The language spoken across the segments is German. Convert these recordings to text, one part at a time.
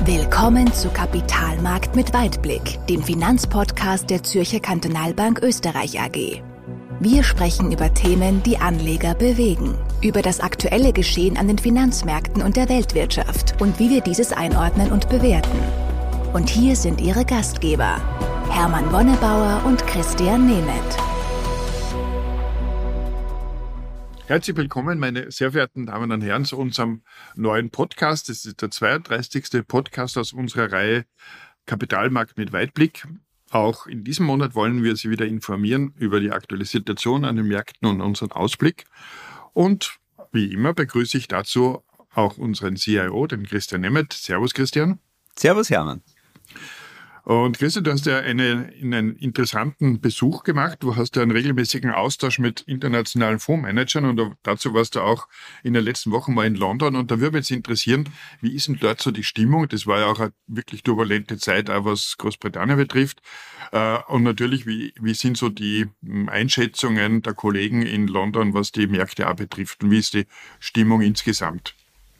Willkommen zu Kapitalmarkt mit Weitblick, dem Finanzpodcast der Zürcher Kantonalbank Österreich AG. Wir sprechen über Themen, die Anleger bewegen, über das aktuelle Geschehen an den Finanzmärkten und der Weltwirtschaft und wie wir dieses einordnen und bewerten. Und hier sind Ihre Gastgeber, Hermann Wonnebauer und Christian Nemeth. Herzlich willkommen, meine sehr verehrten Damen und Herren, zu unserem neuen Podcast. Das ist der 32. Podcast aus unserer Reihe Kapitalmarkt mit Weitblick. Auch in diesem Monat wollen wir Sie wieder informieren über die aktuelle Situation an den Märkten und unseren Ausblick. Und wie immer begrüße ich dazu auch unseren CIO, den Christian Nemeth. Servus, Christian. Servus, Hermann. Und Christian, du hast ja einen interessanten Besuch gemacht. Du hast ja einen regelmäßigen Austausch mit internationalen Fondsmanagern und dazu warst du auch in den letzten Wochen mal in London. Und da würde mich jetzt interessieren, wie ist denn dort so die Stimmung? Das war ja auch eine wirklich turbulente Zeit, auch was Großbritannien betrifft. Und natürlich, wie sind so die Einschätzungen der Kollegen in London, was die Märkte auch betrifft? Und wie ist die Stimmung insgesamt?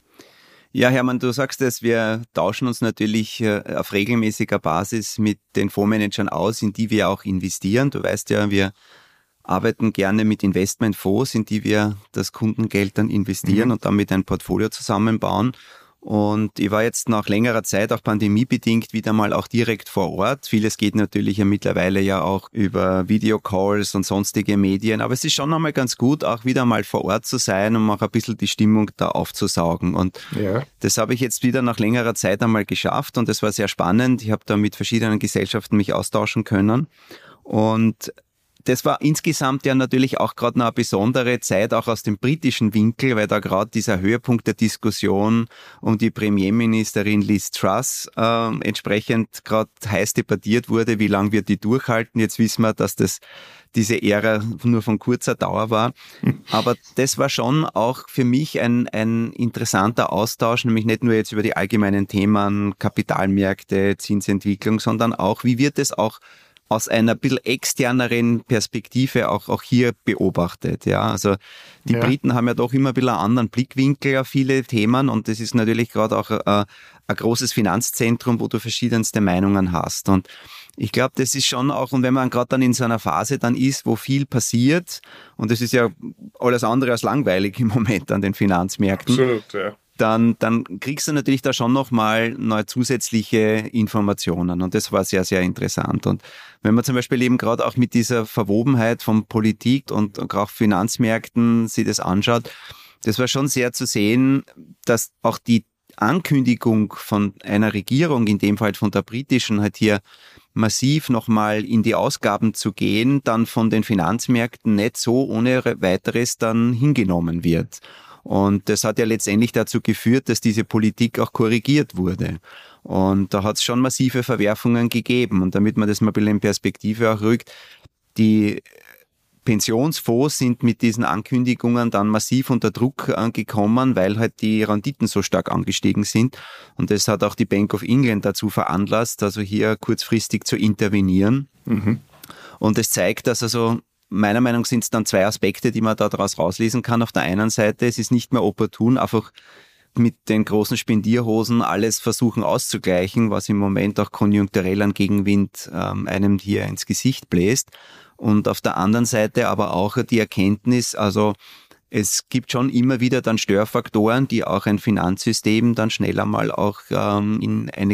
Ja, Hermann, du sagst es, wir tauschen uns natürlich auf regelmäßiger Basis mit den Fondsmanagern aus, in die wir auch investieren. Du weißt ja, wir arbeiten gerne mit Investmentfonds, in die wir das Kundengeld dann investieren und damit ein Portfolio zusammenbauen. Und ich war jetzt nach längerer Zeit, auch pandemiebedingt, wieder mal auch direkt vor Ort. Vieles geht natürlich ja mittlerweile ja auch über Videocalls und sonstige Medien. Aber es ist schon einmal ganz gut, auch wieder mal vor Ort zu sein, um auch ein bisschen die Stimmung da aufzusaugen. Und das habe ich jetzt wieder nach längerer Zeit einmal geschafft und das war sehr spannend. Ich habe da mit verschiedenen Gesellschaften mich austauschen können. Und das war insgesamt ja natürlich auch gerade noch eine besondere Zeit, auch aus dem britischen Winkel, weil da gerade dieser Höhepunkt der Diskussion um die Premierministerin Liz Truss entsprechend gerade heiß debattiert wurde, wie lange wird die durchhalten. Jetzt wissen wir, dass diese Ära nur von kurzer Dauer war. Aber das war schon auch für mich ein interessanter Austausch, nämlich nicht nur jetzt über die allgemeinen Themen Kapitalmärkte, Zinsentwicklung, sondern auch, wie wird es auch aus einer bisschen externeren Perspektive auch hier beobachtet. Ja, also die Briten haben ja doch immer ein bisschen einen anderen Blickwinkel auf viele Themen und das ist natürlich gerade auch ein großes Finanzzentrum, wo du verschiedenste Meinungen hast. Und ich glaube, das ist schon auch, und wenn man gerade dann in so einer Phase dann ist, wo viel passiert, und das ist ja alles andere als langweilig im Moment an den Finanzmärkten. Absolut, ja. Dann kriegst du natürlich da schon nochmal neue zusätzliche Informationen und das war sehr, sehr interessant. Und wenn man zum Beispiel eben gerade auch mit dieser Verwobenheit von Politik und auch Finanzmärkten sich das anschaut, das war schon sehr zu sehen, dass auch die Ankündigung von einer Regierung, in dem Fall von der britischen, halt hier massiv nochmal in die Ausgaben zu gehen, dann von den Finanzmärkten nicht so ohne weiteres dann hingenommen wird. Und das hat ja letztendlich dazu geführt, dass diese Politik auch korrigiert wurde. Und da hat es schon massive Verwerfungen gegeben. Und damit man das mal ein bisschen in Perspektive auch rückt, die Pensionsfonds sind mit diesen Ankündigungen dann massiv unter Druck gekommen, weil halt die Renditen so stark angestiegen sind. Und das hat auch die Bank of England dazu veranlasst, also hier kurzfristig zu intervenieren. Und es zeigt, dass also meiner Meinung nach sind es dann zwei Aspekte, die man da daraus rauslesen kann. Auf der einen Seite, es ist nicht mehr opportun, einfach mit den großen Spendierhosen alles versuchen auszugleichen, was im Moment auch konjunkturell an Gegenwind einem hier ins Gesicht bläst. Und auf der anderen Seite aber auch die Erkenntnis, also es gibt schon immer wieder dann Störfaktoren, die auch ein Finanzsystem dann schneller mal auch in eine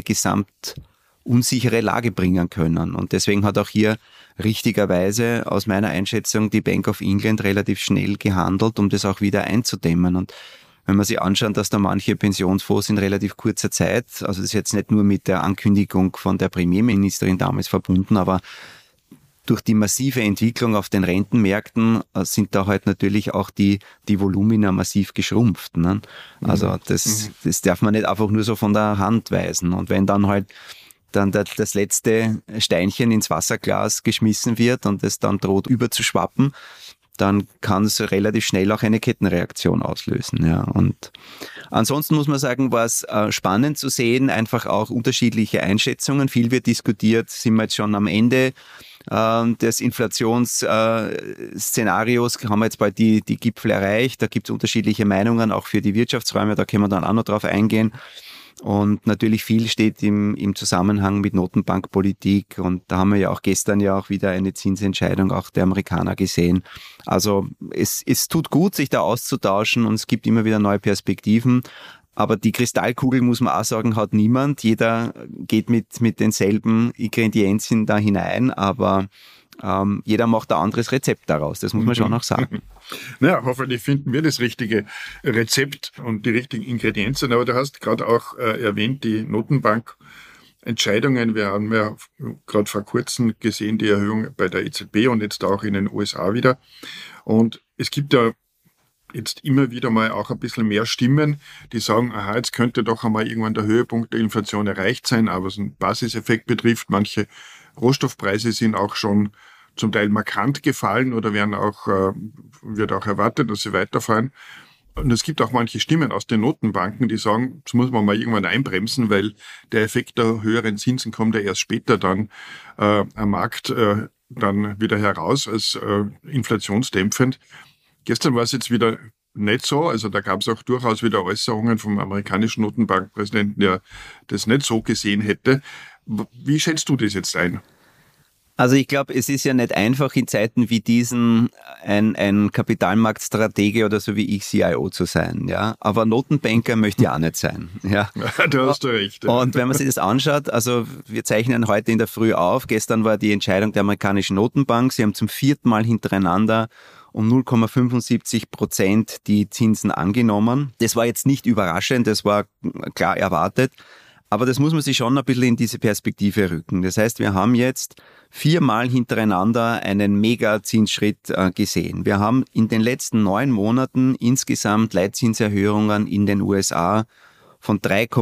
unsichere Lage bringen können. Und deswegen hat auch hier richtigerweise aus meiner Einschätzung die Bank of England relativ schnell gehandelt, um das auch wieder einzudämmen. Und wenn man sich anschaut, dass da manche Pensionsfonds in relativ kurzer Zeit, also das ist jetzt nicht nur mit der Ankündigung von der Premierministerin damals verbunden, aber durch die massive Entwicklung auf den Rentenmärkten sind da halt natürlich auch die Volumina massiv geschrumpft. Ne? Also das darf man nicht einfach nur so von der Hand weisen. Und wenn dann halt dann das letzte Steinchen ins Wasserglas geschmissen wird und es dann droht überzuschwappen, dann kann es relativ schnell auch eine Kettenreaktion auslösen. Ja. Und ansonsten muss man sagen, war es spannend zu sehen, einfach auch unterschiedliche Einschätzungen. Viel wird diskutiert, sind wir jetzt schon am Ende des Inflationsszenarios, haben wir jetzt bald die Gipfel erreicht. Da gibt es unterschiedliche Meinungen, auch für die Wirtschaftsräume, da können wir dann auch noch drauf eingehen. Und natürlich viel steht im Zusammenhang mit Notenbankpolitik. Und da haben wir ja auch gestern ja auch wieder eine Zinsentscheidung auch der Amerikaner gesehen. Also es tut gut, sich da auszutauschen und es gibt immer wieder neue Perspektiven. Aber die Kristallkugel, muss man auch sagen, hat niemand. Jeder geht mit denselben Ingredienzien da hinein, aber jeder macht ein anderes Rezept daraus. Das muss man schon auch sagen. Naja, hoffentlich finden wir das richtige Rezept und die richtigen Ingredienzien. Aber du hast gerade auch erwähnt, die Notenbankentscheidungen. Wir haben ja gerade vor kurzem gesehen, die Erhöhung bei der EZB und jetzt auch in den USA wieder. Und es gibt ja jetzt immer wieder mal auch ein bisschen mehr Stimmen, die sagen, aha, jetzt könnte doch einmal irgendwann der Höhepunkt der Inflation erreicht sein, aber was den Basiseffekt betrifft, manche Rohstoffpreise sind auch schon zum Teil markant gefallen oder wird auch erwartet, dass sie weiterfallen. Und es gibt auch manche Stimmen aus den Notenbanken, die sagen, das muss man mal irgendwann einbremsen, weil der Effekt der höheren Zinsen kommt ja erst später dann am Markt dann wieder heraus als inflationsdämpfend. Gestern war es jetzt wieder nicht so, also da gab es auch durchaus wieder Äußerungen vom amerikanischen Notenbankpräsidenten, der das nicht so gesehen hätte. Wie schätzt du das jetzt ein? Also ich glaube, es ist ja nicht einfach in Zeiten wie diesen ein Kapitalmarktstratege oder so wie ich CIO zu sein, ja. Aber Notenbanker möchte ich auch nicht sein, ja. Da hast du recht. Ja. Und wenn man sich das anschaut, also wir zeichnen heute in der Früh auf, gestern war die Entscheidung der amerikanischen Notenbank, sie haben zum 4. Mal hintereinander um 0,75% die Zinsen angenommen. Das war jetzt nicht überraschend, das war klar erwartet. Aber das muss man sich schon ein bisschen in diese Perspektive rücken. Das heißt, wir haben jetzt 4 Mal hintereinander einen Mega-Zinsschritt gesehen. Wir haben in den letzten 9 Monaten insgesamt Leitzinserhöhungen in den USA von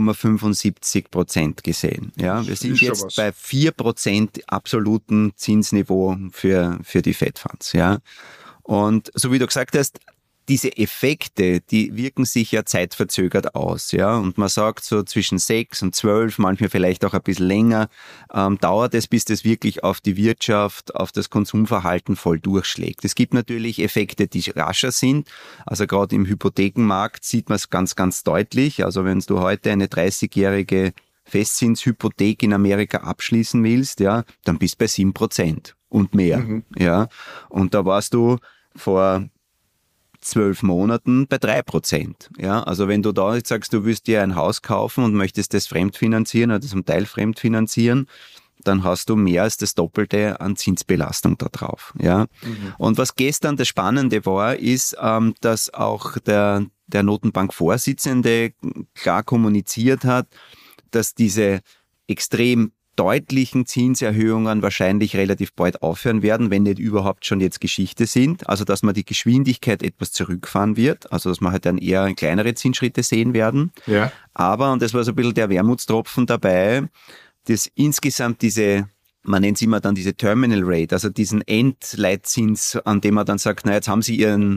3,75% gesehen. Ja, wir sind jetzt bei 4% absoluten Zinsniveau für die Fed-Funds. Ja. Und so wie du gesagt hast, diese Effekte, die wirken sich ja zeitverzögert aus, ja. Und man sagt so zwischen 6 und 12, manchmal vielleicht auch ein bisschen länger, dauert es, bis das wirklich auf die Wirtschaft, auf das Konsumverhalten voll durchschlägt. Es gibt natürlich Effekte, die rascher sind. Also gerade im Hypothekenmarkt sieht man es ganz, ganz deutlich. Also wenn du heute eine 30-jährige Festzinshypothek in Amerika abschließen willst, ja, dann bist du bei 7% und mehr, ja. Und da warst du vor 12 Monaten bei 3%. Ja, also wenn du da jetzt sagst, du willst dir ein Haus kaufen und möchtest das fremdfinanzieren oder zum Teil fremdfinanzieren, dann hast du mehr als das Doppelte an Zinsbelastung da drauf. Ja. Und was gestern das Spannende war, ist, dass auch der Notenbankvorsitzende klar kommuniziert hat, dass diese extrem deutlichen Zinserhöhungen wahrscheinlich relativ bald aufhören werden, wenn nicht überhaupt schon jetzt Geschichte sind. Also dass man die Geschwindigkeit etwas zurückfahren wird, also dass man halt dann eher kleinere Zinsschritte sehen werden. Ja. Aber, und das war so ein bisschen der Wermutstropfen dabei, dass insgesamt man nennt es immer dann diese Terminal Rate, also diesen Endleitzins, an dem man dann sagt, na jetzt haben Sie Ihren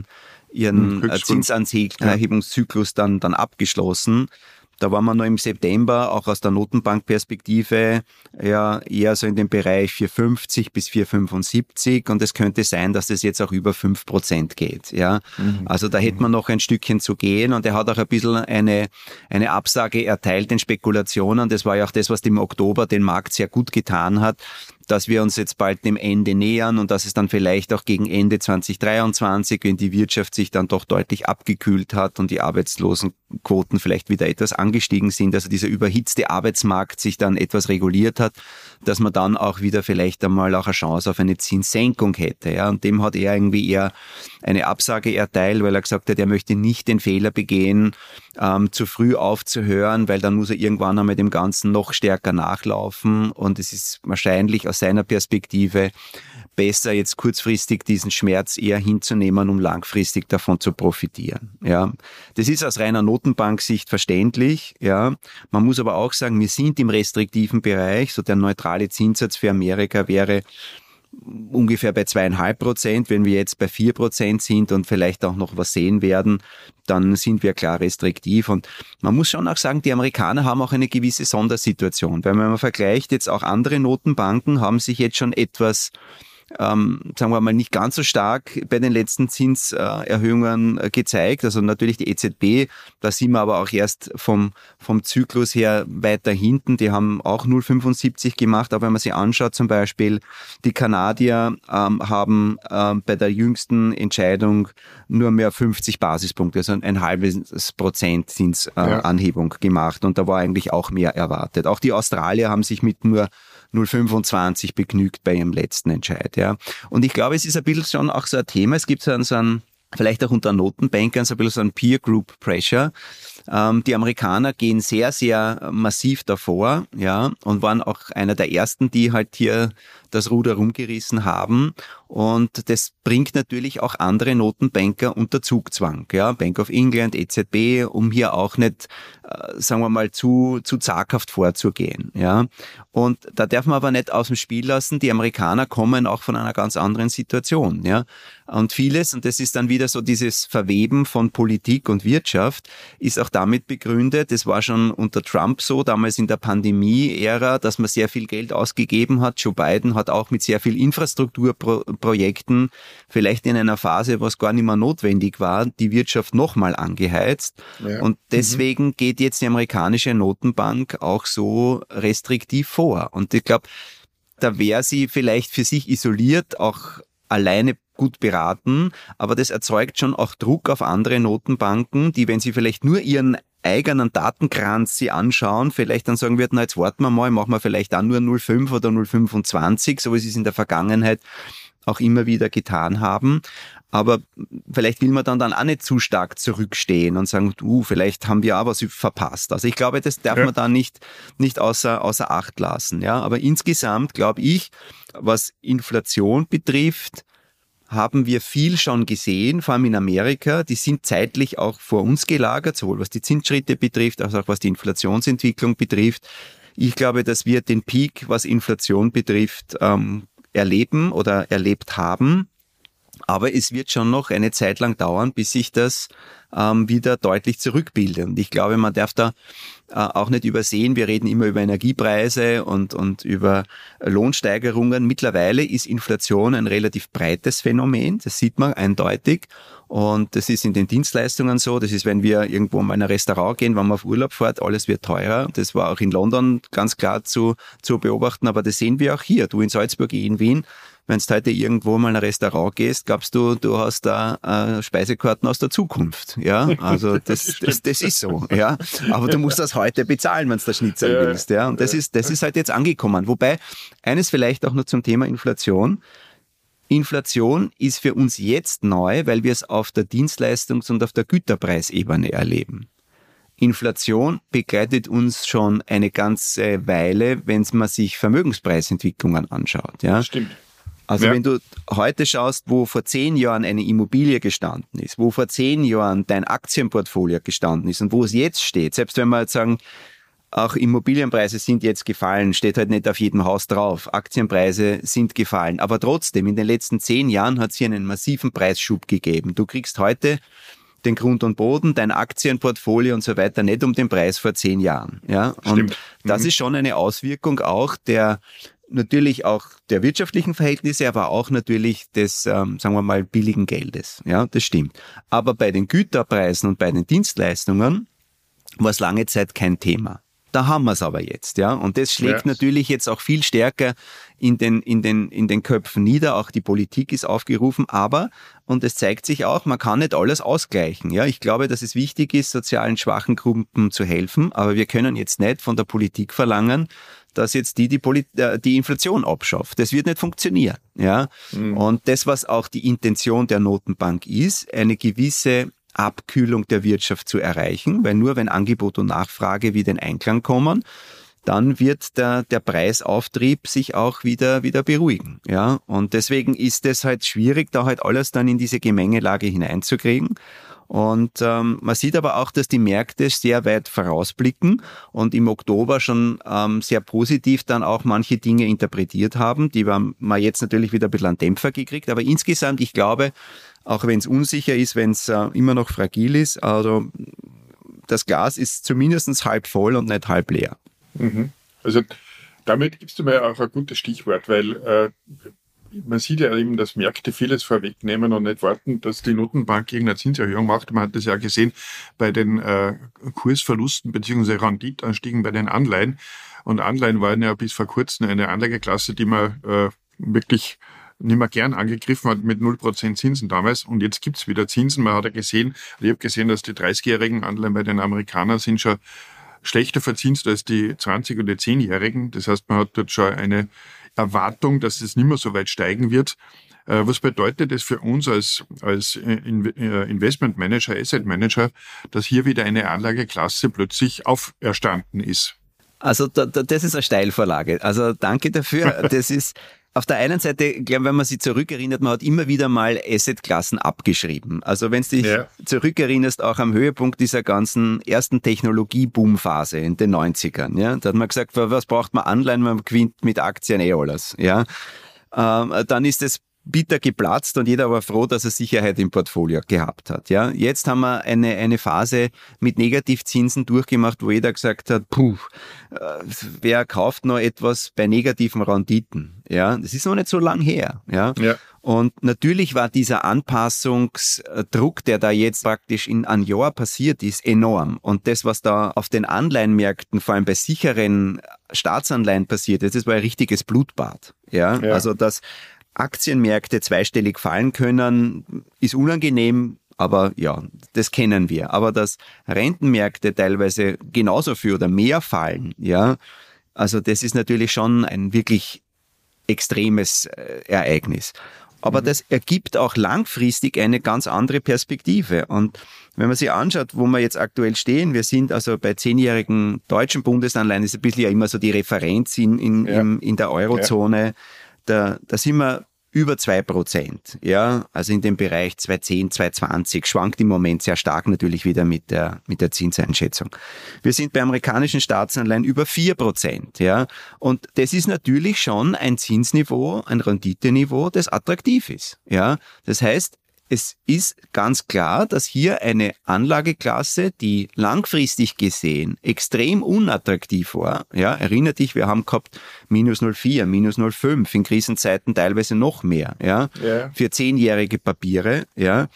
Zinsanhebungszyklus dann abgeschlossen. Da waren wir noch im September, auch aus der Notenbankperspektive, ja eher so in dem Bereich 4,50 bis 4,75 und es könnte sein, dass das jetzt auch über 5% geht. Ja, also da hätte man noch ein Stückchen zu gehen und er hat auch ein bisschen eine Absage erteilt den Spekulationen. Das war ja auch das, was im Oktober den Markt sehr gut getan hat, dass wir uns jetzt bald dem Ende nähern und dass es dann vielleicht auch gegen Ende 2023, wenn die Wirtschaft sich dann doch deutlich abgekühlt hat und die Arbeitslosenquoten vielleicht wieder etwas angestiegen sind, also dieser überhitzte Arbeitsmarkt sich dann etwas reguliert hat, dass man dann auch wieder vielleicht einmal auch eine Chance auf eine Zinssenkung hätte. Ja, und dem hat er irgendwie eher eine Absage erteilt, weil er gesagt hat, er möchte nicht den Fehler begehen, zu früh aufzuhören, weil dann muss er irgendwann einmal dem Ganzen noch stärker nachlaufen und es ist wahrscheinlich aus seiner Perspektive besser, jetzt kurzfristig diesen Schmerz eher hinzunehmen, um langfristig davon zu profitieren. Ja, das ist aus reiner Notenbanksicht verständlich. Ja, man muss aber auch sagen, wir sind im restriktiven Bereich, so der neutrale Zinssatz für Amerika wäre ungefähr bei 2,5%. Wenn wir jetzt bei 4% sind und vielleicht auch noch was sehen werden, dann sind wir klar restriktiv. Und man muss schon auch sagen, die Amerikaner haben auch eine gewisse Sondersituation. Weil wenn man vergleicht, jetzt auch andere Notenbanken haben sich jetzt schon etwas sagen wir mal, nicht ganz so stark bei den letzten Zinserhöhungen gezeigt. Also natürlich die EZB, da sind wir aber auch erst vom Zyklus her weiter hinten. Die haben auch 0,75 gemacht, aber wenn man sich anschaut, zum Beispiel die Kanadier haben bei der jüngsten Entscheidung nur mehr 50 Basispunkte, also ein halbes Prozent Zinsanhebung gemacht und da war eigentlich auch mehr erwartet. Auch die Australier haben sich mit nur 0,25 begnügt bei ihrem letzten Entscheid. Ja. Und ich glaube, es ist ein bisschen schon auch so ein Thema. Es gibt so einen vielleicht auch unter Notenbankern so ein bisschen so ein Peer Group Pressure. Die Amerikaner gehen sehr, sehr massiv davor, ja, und waren auch einer der ersten, die halt hier das Ruder rumgerissen haben. Und das bringt natürlich auch andere Notenbanker unter Zugzwang, ja, Bank of England, EZB, um hier auch nicht, sagen wir mal, zu zaghaft vorzugehen, ja. Und da darf man aber nicht aus dem Spiel lassen, die Amerikaner kommen auch von einer ganz anderen Situation, ja. Und vieles, und das ist dann wieder so dieses Verweben von Politik und Wirtschaft, ist auch damit begründet, das war schon unter Trump so, damals in der Pandemie-Ära, dass man sehr viel Geld ausgegeben hat. Joe Biden hat auch mit sehr viel Infrastrukturprojekten, vielleicht in einer Phase, was gar nicht mehr notwendig war, die Wirtschaft nochmal angeheizt. Ja. Und deswegen geht jetzt die amerikanische Notenbank auch so restriktiv vor. Und ich glaube, da wäre sie vielleicht für sich isoliert auch alleine gut beraten, aber das erzeugt schon auch Druck auf andere Notenbanken, die, wenn sie vielleicht nur ihren eigenen Datenkranz sie anschauen, vielleicht dann sagen würden, na jetzt warten wir mal, machen wir vielleicht dann nur 0,5 oder 0,25, so wie sie es in der Vergangenheit auch immer wieder getan haben. Aber vielleicht will man dann auch nicht zu stark zurückstehen und sagen, vielleicht haben wir auch was verpasst. Also ich glaube, das darf man da nicht außer Acht lassen. Ja, aber insgesamt glaube ich, was Inflation betrifft, haben wir viel schon gesehen, vor allem in Amerika. Die sind zeitlich auch vor uns gelagert, sowohl was die Zinsschritte betrifft, als auch was die Inflationsentwicklung betrifft. Ich glaube, dass wir den Peak, was Inflation betrifft, erleben oder erlebt haben. Aber es wird schon noch eine Zeit lang dauern, bis sich das wieder deutlich zurückbildet. Und ich glaube, man darf da auch nicht übersehen, wir reden immer über Energiepreise und über Lohnsteigerungen. Mittlerweile ist Inflation ein relativ breites Phänomen, das sieht man eindeutig. Und das ist in den Dienstleistungen so, das ist, wenn wir irgendwo mal in ein Restaurant gehen, wenn man auf Urlaub fährt, alles wird teurer. Das war auch in London ganz klar zu beobachten, aber das sehen wir auch hier. Du in Salzburg, ich in Wien. Wenn du heute irgendwo mal in ein Restaurant gehst, glaubst du hast da Speisekarten aus der Zukunft. Ja, also das ist so. Ja, aber du musst das heute bezahlen, wenn du das Schnitzel willst. Ja, und das ist halt jetzt angekommen. Wobei, eines vielleicht auch noch zum Thema Inflation. Inflation ist für uns jetzt neu, weil wir es auf der Dienstleistungs- und auf der Güterpreisebene erleben. Inflation begleitet uns schon eine ganze Weile, wenn man sich Vermögenspreisentwicklungen anschaut. Ja, stimmt. Also wenn du heute schaust, wo vor 10 Jahren eine Immobilie gestanden ist, wo vor 10 Jahren dein Aktienportfolio gestanden ist und wo es jetzt steht, selbst wenn wir jetzt sagen, auch Immobilienpreise sind jetzt gefallen, steht halt nicht auf jedem Haus drauf, Aktienpreise sind gefallen, aber trotzdem, in den letzten 10 Jahren hat es hier einen massiven Preisschub gegeben. Du kriegst heute den Grund und Boden, dein Aktienportfolio und so weiter nicht um den Preis vor 10 Jahren. Ja? Und das ist schon eine Auswirkung auch natürlich auch der wirtschaftlichen Verhältnisse, aber auch natürlich des, sagen wir mal, billigen Geldes. Ja, das stimmt. Aber bei den Güterpreisen und bei den Dienstleistungen war es lange Zeit kein Thema. Da haben wir es aber jetzt, ja. Und das schlägt natürlich jetzt auch viel stärker in den Köpfen nieder. Auch die Politik ist aufgerufen. Aber, und es zeigt sich auch, man kann nicht alles ausgleichen, ja. Ich glaube, dass es wichtig ist, sozialen schwachen Gruppen zu helfen. Aber wir können jetzt nicht von der Politik verlangen, dass jetzt die Inflation abschafft. Das wird nicht funktionieren, ja. Und das, was auch die Intention der Notenbank ist, eine gewisse Abkühlung der Wirtschaft zu erreichen, weil nur wenn Angebot und Nachfrage wieder in Einklang kommen, dann wird der Preisauftrieb sich auch wieder beruhigen, ja. Und deswegen ist es halt schwierig, da halt alles dann in diese Gemengelage hineinzukriegen. Und man sieht aber auch, dass die Märkte sehr weit vorausblicken und im Oktober schon sehr positiv dann auch manche Dinge interpretiert haben. Die haben wir jetzt natürlich wieder ein bisschen einen Dämpfer gekriegt. Aber insgesamt, ich glaube, auch wenn es unsicher ist, wenn es immer noch fragil ist, also das Glas ist zumindest halb voll und nicht halb leer. Also damit gibst du mir auch ein gutes Stichwort, weil man sieht ja eben, dass Märkte vieles vorwegnehmen und nicht warten, dass die Notenbank irgendeine Zinserhöhung macht. Man hat das ja gesehen bei den Kursverlusten bzw. Renditeanstiegen bei den Anleihen. Und Anleihen waren ja bis vor kurzem eine Anlageklasse, die man wirklich nicht mehr gern angegriffen hat mit 0% Zinsen damals. Und jetzt gibt's wieder Zinsen. Man hat ja gesehen, ich habe gesehen, dass die 30-jährigen Anleihen bei den Amerikanern sind schon schlechter verzinst als die 20- oder 10-jährigen. Das heißt, man hat dort schon eine Erwartung, dass es nicht mehr so weit steigen wird. Was bedeutet das für uns als Investmentmanager, Asset Manager, dass hier wieder eine Anlageklasse plötzlich auferstanden ist? Also das ist eine Steilvorlage. Also danke dafür. Das ist auf der einen Seite, ich glaube, wenn man sich zurückerinnert, man hat immer wieder mal Assetklassen abgeschrieben. Also wenn du dich zurückerinnerst, auch am Höhepunkt dieser ganzen ersten Technologie-Boom-Phase in den 90ern, ja, da hat man gesagt, was braucht man Anleihen, man gewinnt mit Aktien alles, ja. Dann ist es bitter geplatzt und jeder war froh, dass er Sicherheit im Portfolio gehabt hat. Ja, jetzt haben wir eine Phase mit Negativzinsen durchgemacht, wo jeder gesagt hat, wer kauft noch etwas bei negativen Renditen? Ja, das ist noch nicht so lang her. Ja. Und natürlich war dieser Anpassungsdruck, der da jetzt praktisch in einem Jahr passiert ist, enorm. Und das, was da auf den Anleihenmärkten, vor allem bei sicheren Staatsanleihen passiert ist, das war ein richtiges Blutbad. Ja. Also das Aktienmärkte zweistellig fallen können, ist unangenehm, aber ja, das kennen wir. Aber dass Rentenmärkte teilweise genauso viel oder mehr fallen, ja, also das ist natürlich schon ein wirklich extremes Ereignis. Aber das ergibt auch langfristig eine ganz andere Perspektive. Und wenn man sich anschaut, wo wir jetzt aktuell stehen, wir sind also bei 10-jährigen deutschen Bundesanleihen, ist ein bisschen ja immer so die Referenz in der Eurozone. Da sind wir über 2%, ja, also in dem Bereich 210, 220, schwankt im Moment sehr stark natürlich wieder mit der Zinseinschätzung. Wir sind bei amerikanischen Staatsanleihen über 4%, ja, und das ist natürlich schon ein Zinsniveau, ein Renditeniveau, das attraktiv ist, ja. Das heißt, es ist ganz klar, dass hier eine Anlageklasse, die langfristig gesehen extrem unattraktiv war, ja, erinner dich, wir haben gehabt -0,4, -0,5, in Krisenzeiten teilweise noch mehr, ja, für 10-jährige Papiere, ja,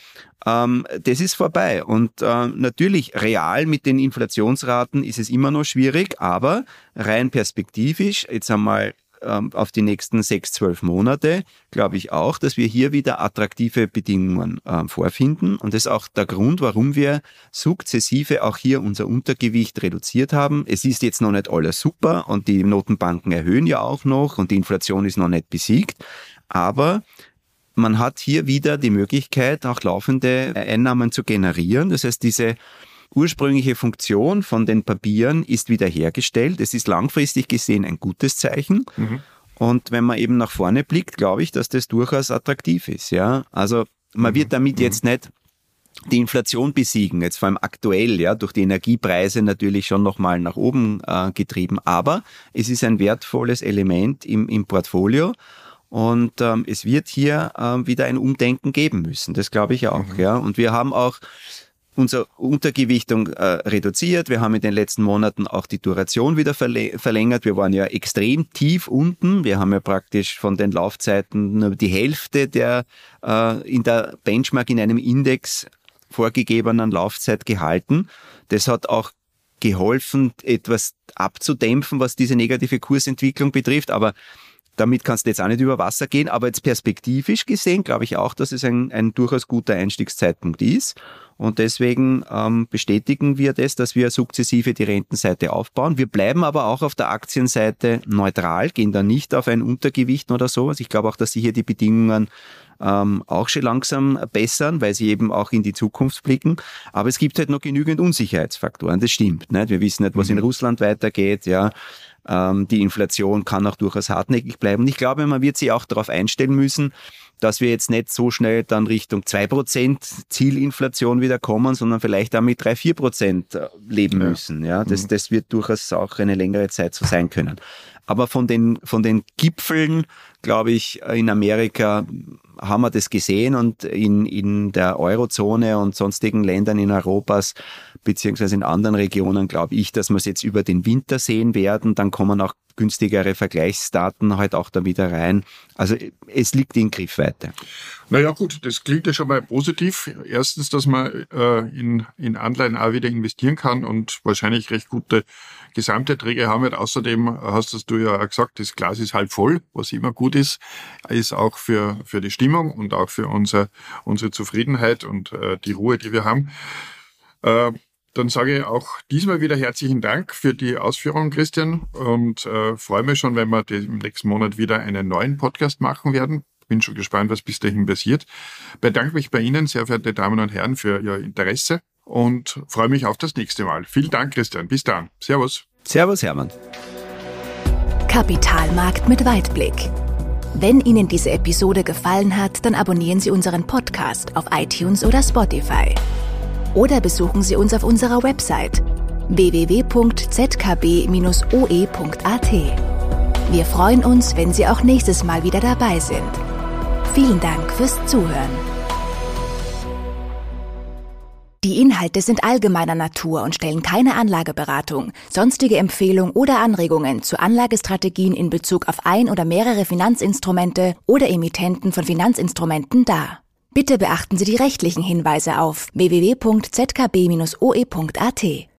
das ist vorbei. Und natürlich real mit den Inflationsraten ist es immer noch schwierig, aber rein perspektivisch, jetzt einmal auf die nächsten 6-12 Monate, glaube ich auch, dass wir hier wieder attraktive Bedingungen vorfinden. Und das ist auch der Grund, warum wir sukzessive auch hier unser Untergewicht reduziert haben. Es ist jetzt noch nicht alles super und die Notenbanken erhöhen ja auch noch und die Inflation ist noch nicht besiegt. Aber man hat hier wieder die Möglichkeit, auch laufende Einnahmen zu generieren. Das heißt, diese ursprüngliche Funktion von den Papieren ist wiederhergestellt. Es ist langfristig gesehen ein gutes Zeichen. Und wenn man eben nach vorne blickt, glaube ich, dass das durchaus attraktiv ist. Ja, also man wird damit jetzt nicht die Inflation besiegen, jetzt vor allem aktuell, ja, durch die Energiepreise natürlich schon nochmal nach oben getrieben. Aber es ist ein wertvolles Element im Portfolio. Und es wird hier wieder ein Umdenken geben müssen. Das glaube ich auch. Ja, und wir haben auch unsere Untergewichtung reduziert. Wir haben in den letzten Monaten auch die Duration wieder verlängert. Wir waren ja extrem tief unten. Wir haben ja praktisch von den Laufzeiten nur die Hälfte der in der Benchmark in einem Index vorgegebenen Laufzeit gehalten. Das hat auch geholfen, etwas abzudämpfen, was diese negative Kursentwicklung betrifft. Aber damit kannst du jetzt auch nicht über Wasser gehen. Aber jetzt perspektivisch gesehen glaube ich auch, dass es ein durchaus guter Einstiegszeitpunkt ist. Und deswegen bestätigen wir das, dass wir sukzessive die Rentenseite aufbauen. Wir bleiben aber auch auf der Aktienseite neutral, gehen da nicht auf ein Untergewicht oder so. Also ich glaube auch, dass sich hier die Bedingungen auch schon langsam bessern, weil sie eben auch in die Zukunft blicken. Aber es gibt halt noch genügend Unsicherheitsfaktoren, das stimmt. Nicht? Wir wissen nicht, was in Russland weitergeht. Ja, die Inflation kann auch durchaus hartnäckig bleiben. Ich glaube, man wird sich auch darauf einstellen müssen, dass wir jetzt nicht so schnell dann Richtung 2% Zielinflation wieder kommen, sondern vielleicht auch mit 3-4% leben müssen. Ja, das wird durchaus auch eine längere Zeit so sein können. Aber von den Gipfeln, glaube ich, in Amerika haben wir das gesehen und in der Eurozone und sonstigen Ländern in Europas beziehungsweise in anderen Regionen glaube ich, dass wir es jetzt über den Winter sehen werden. Dann kommen auch günstigere Vergleichsdaten halt auch da wieder rein. Also es liegt in Griffweite. Naja gut, das klingt ja schon mal positiv. Erstens, dass man in Anleihen auch wieder investieren kann und wahrscheinlich recht gute Gesamterträge haben wird. Außerdem hast du ja auch gesagt, das Glas ist halb voll, was immer gut ist auch für die Stimmung und auch für unsere Zufriedenheit und die Ruhe, die wir haben. Dann sage ich auch diesmal wieder herzlichen Dank für die Ausführungen, Christian, und freue mich schon, wenn wir im nächsten Monat wieder einen neuen Podcast machen werden. Bin schon gespannt, was bis dahin passiert. Bedanke mich bei Ihnen, sehr verehrte Damen und Herren, für Ihr Interesse und freue mich auf das nächste Mal. Vielen Dank, Christian. Bis dann. Servus. Servus, Hermann. Kapitalmarkt mit Weitblick. Wenn Ihnen diese Episode gefallen hat, dann abonnieren Sie unseren Podcast auf iTunes oder Spotify. Oder besuchen Sie uns auf unserer Website www.zkb-oe.at. Wir freuen uns, wenn Sie auch nächstes Mal wieder dabei sind. Vielen Dank fürs Zuhören. Die Inhalte sind allgemeiner Natur und stellen keine Anlageberatung, sonstige Empfehlung oder Anregungen zu Anlagestrategien in Bezug auf ein oder mehrere Finanzinstrumente oder Emittenten von Finanzinstrumenten dar. Bitte beachten Sie die rechtlichen Hinweise auf www.zkb-oe.at.